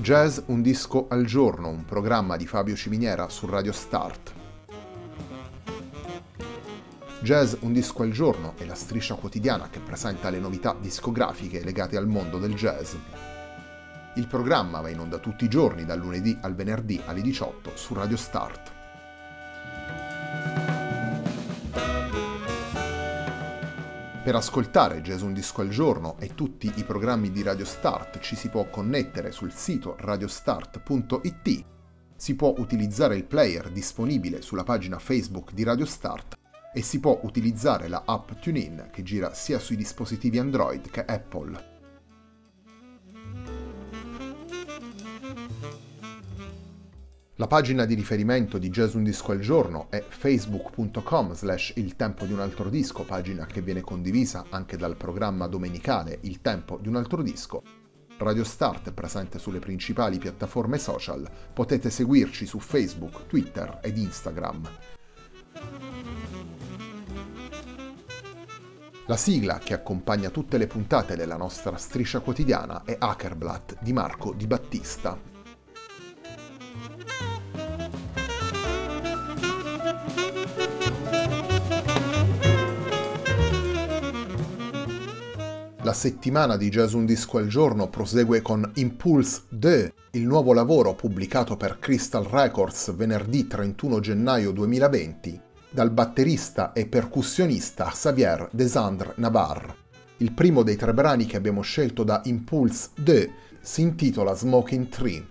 Jazz un disco al giorno, un programma di Fabio Ciminiera su Radio Start. Jazz un disco al giorno è la striscia quotidiana che presenta le novità discografiche legate al mondo del jazz. Il programma va in onda tutti i giorni, dal lunedì al venerdì alle 18 su Radio Start. Per ascoltare Jazz un disco al giorno e tutti i programmi di Radio Start ci si può connettere sul sito radiostart.it, si può utilizzare il player disponibile sulla pagina Facebook di Radio Start e si può utilizzare la app TuneIn che gira sia sui dispositivi Android che Apple. La pagina di riferimento di Jazz un disco al giorno è facebook.com/Il tempo di un altro disco, pagina che viene condivisa anche dal programma domenicale Il tempo di un altro disco. Radio Start è presente sulle principali piattaforme social, potete seguirci su Facebook, Twitter ed Instagram. La sigla che accompagna tutte le puntate della nostra striscia quotidiana è Hackerblatt di Marco Di Battista. La settimana di Jazz un disco al giorno prosegue con Impulse 2, il nuovo lavoro pubblicato per Crystal Records venerdì 31 gennaio 2020 dal batterista e percussionista Xavier Desandre Navarre. Il primo dei 3 brani che abbiamo scelto da Impulse 2 si intitola Smoking Tree.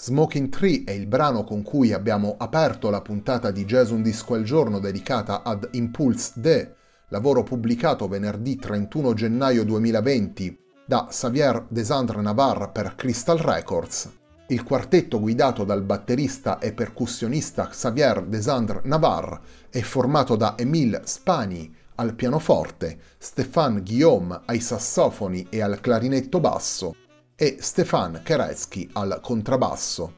Smoking Tree è il brano con cui abbiamo aperto la puntata di Jazz Un Disco al Giorno dedicata ad Impulse D, lavoro pubblicato venerdì 31 gennaio 2020 da Xavier Desandre Navarre per Crystal Records. Il quartetto guidato dal batterista e percussionista Xavier Desandre Navarre è formato da Émile Spani al pianoforte, Stéphane Guillaume ai sassofoni e al clarinetto basso e Stefan Keresky al contrabbasso.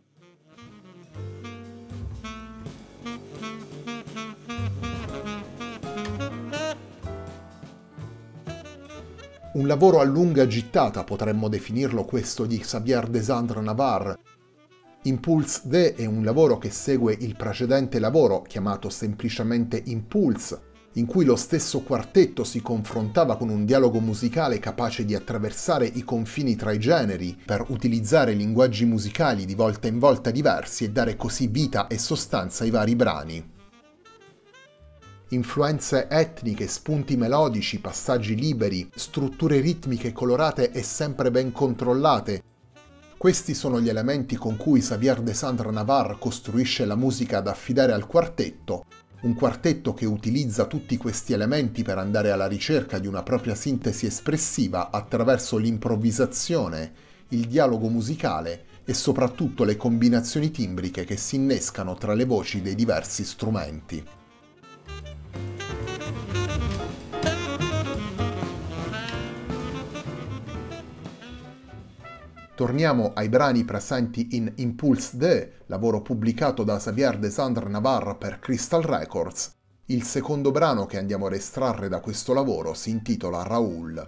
Un lavoro a lunga gittata potremmo definirlo questo di Xavier Desandre Navarre. Impulse D è un lavoro che segue il precedente lavoro, chiamato semplicemente Impulse, in cui lo stesso quartetto si confrontava con un dialogo musicale capace di attraversare i confini tra i generi per utilizzare linguaggi musicali di volta in volta diversi e dare così vita e sostanza ai vari brani. Influenze etniche, spunti melodici, passaggi liberi, strutture ritmiche colorate e sempre ben controllate. Questi sono gli elementi con cui Xavier Desandre Navarre costruisce la musica da affidare al quartetto, un quartetto che utilizza tutti questi elementi per andare alla ricerca di una propria sintesi espressiva attraverso l'improvvisazione, il dialogo musicale e soprattutto le combinazioni timbriche che si innescano tra le voci dei diversi strumenti. Torniamo ai brani presenti in Impulse D, lavoro pubblicato da Xavier Desandre Navarre per Crystal Records. Il secondo brano che andiamo ad estrarre da questo lavoro si intitola Raoul.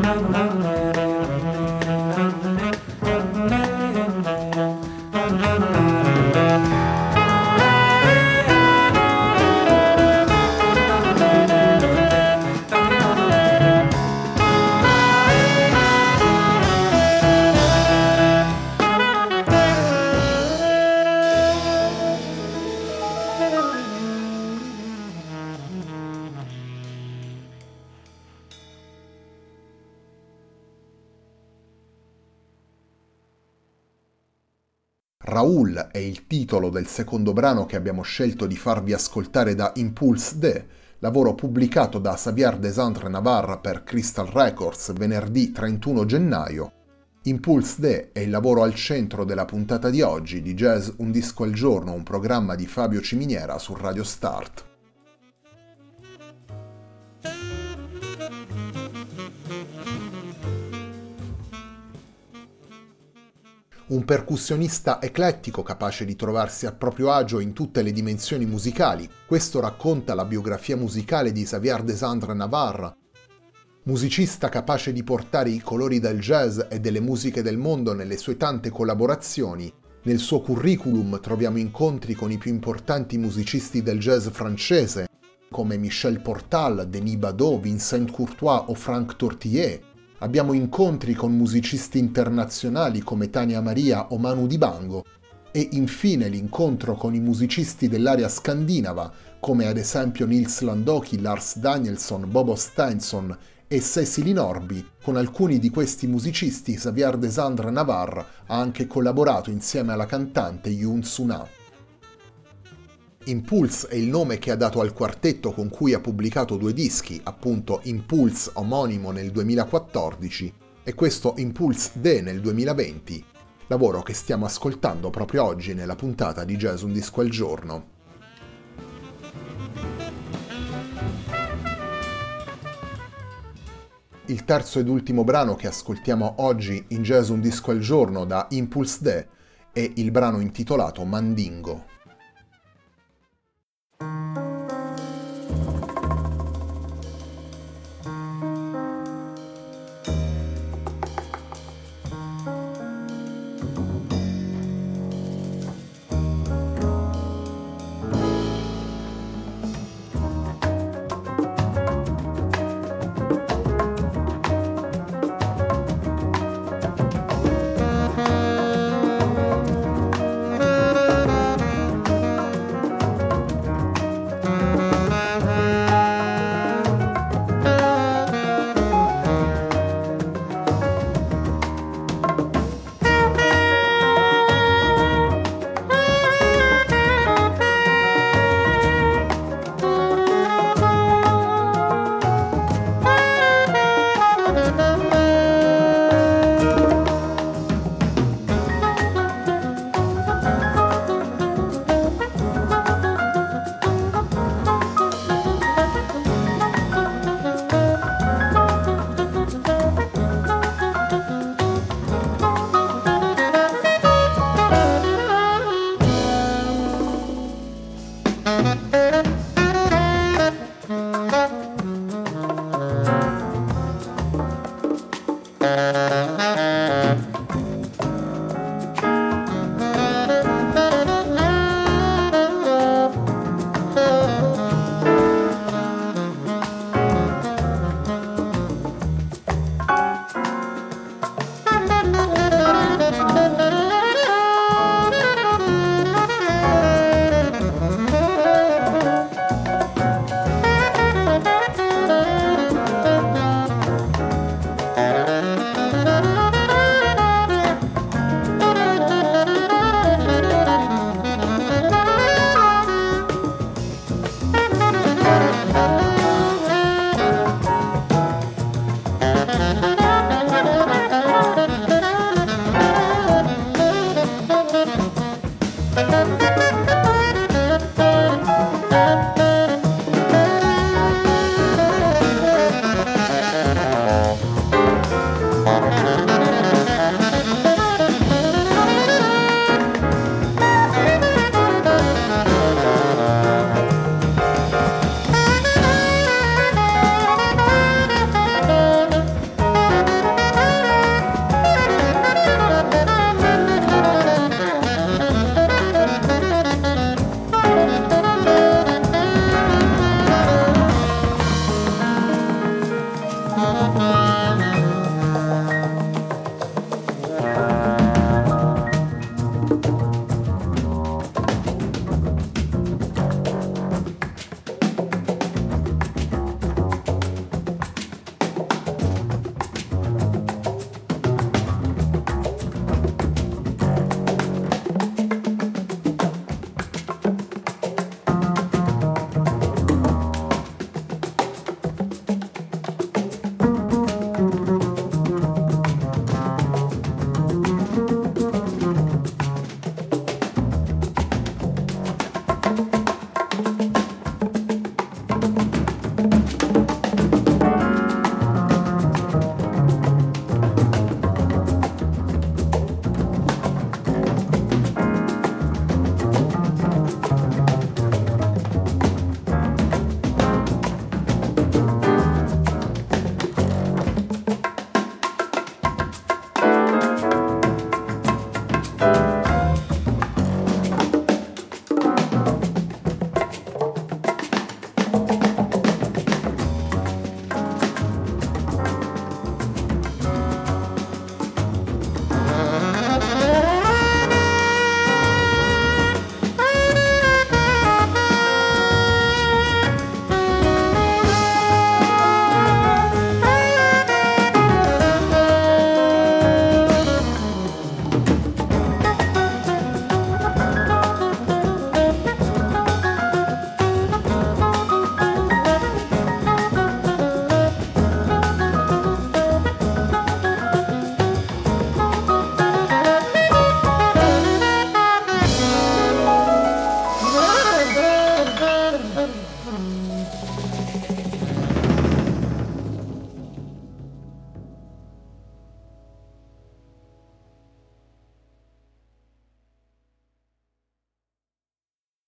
Raoul è il titolo del secondo brano che abbiamo scelto di farvi ascoltare da Impulse D, lavoro pubblicato da Xavier Desandre Navarre per Crystal Records venerdì 31 gennaio. Impulse D è il lavoro al centro della puntata di oggi di Jazz Un Disco al Giorno, un programma di Fabio Ciminiera su Radio Start. Un percussionista eclettico capace di trovarsi a proprio agio in tutte le dimensioni musicali. Questo racconta la biografia musicale di Xavier Desandre Navarre. Musicista capace di portare i colori del jazz e delle musiche del mondo nelle sue tante collaborazioni. Nel suo curriculum troviamo incontri con i più importanti musicisti del jazz francese, come Michel Portal, Denis Badeau, Vincent Courtois o Franck Tortiller. Abbiamo incontri con musicisti internazionali come Tania Maria o Manu Dibango e infine l'incontro con i musicisti dell'area scandinava come ad esempio Nils Landauki, Lars Danielsson, Bobo Stenson e Cecily Norby. Con alcuni di questi musicisti Xavier Desandre Navarre ha anche collaborato insieme alla cantante Yoon Suna. Impulse è il nome che ha dato al quartetto con cui ha pubblicato 2 dischi, appunto Impulse omonimo nel 2014 e questo Impulse D nel 2020, lavoro che stiamo ascoltando proprio oggi nella puntata di Jazz Un Disco al Giorno. Il terzo ed ultimo brano che ascoltiamo oggi in Jazz Un Disco al Giorno da Impulse D è il brano intitolato Mandingo.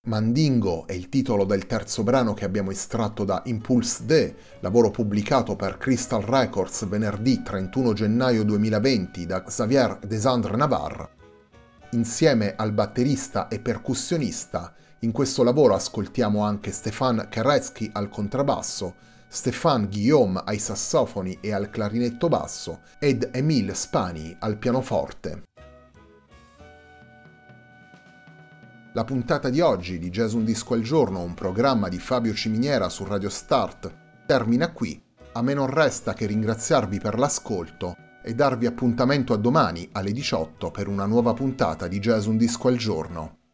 Mandingo è il titolo del terzo brano che abbiamo estratto da Impulse D, lavoro pubblicato per Crystal Records venerdì 31 gennaio 2020 da Xavier Desandre Navarre. Insieme al batterista e percussionista, in questo lavoro ascoltiamo anche Stéphane Keretsky al contrabbasso, Stéphane Guillaume ai sassofoni e al clarinetto basso ed Émile Spani al pianoforte. La puntata di oggi di Jazz Un Disco al Giorno, un programma di Fabio Ciminiera su Radio Start, termina qui. A me non resta che ringraziarvi per l'ascolto e darvi appuntamento a domani alle 18 per una nuova puntata di Jazz Un Disco al Giorno.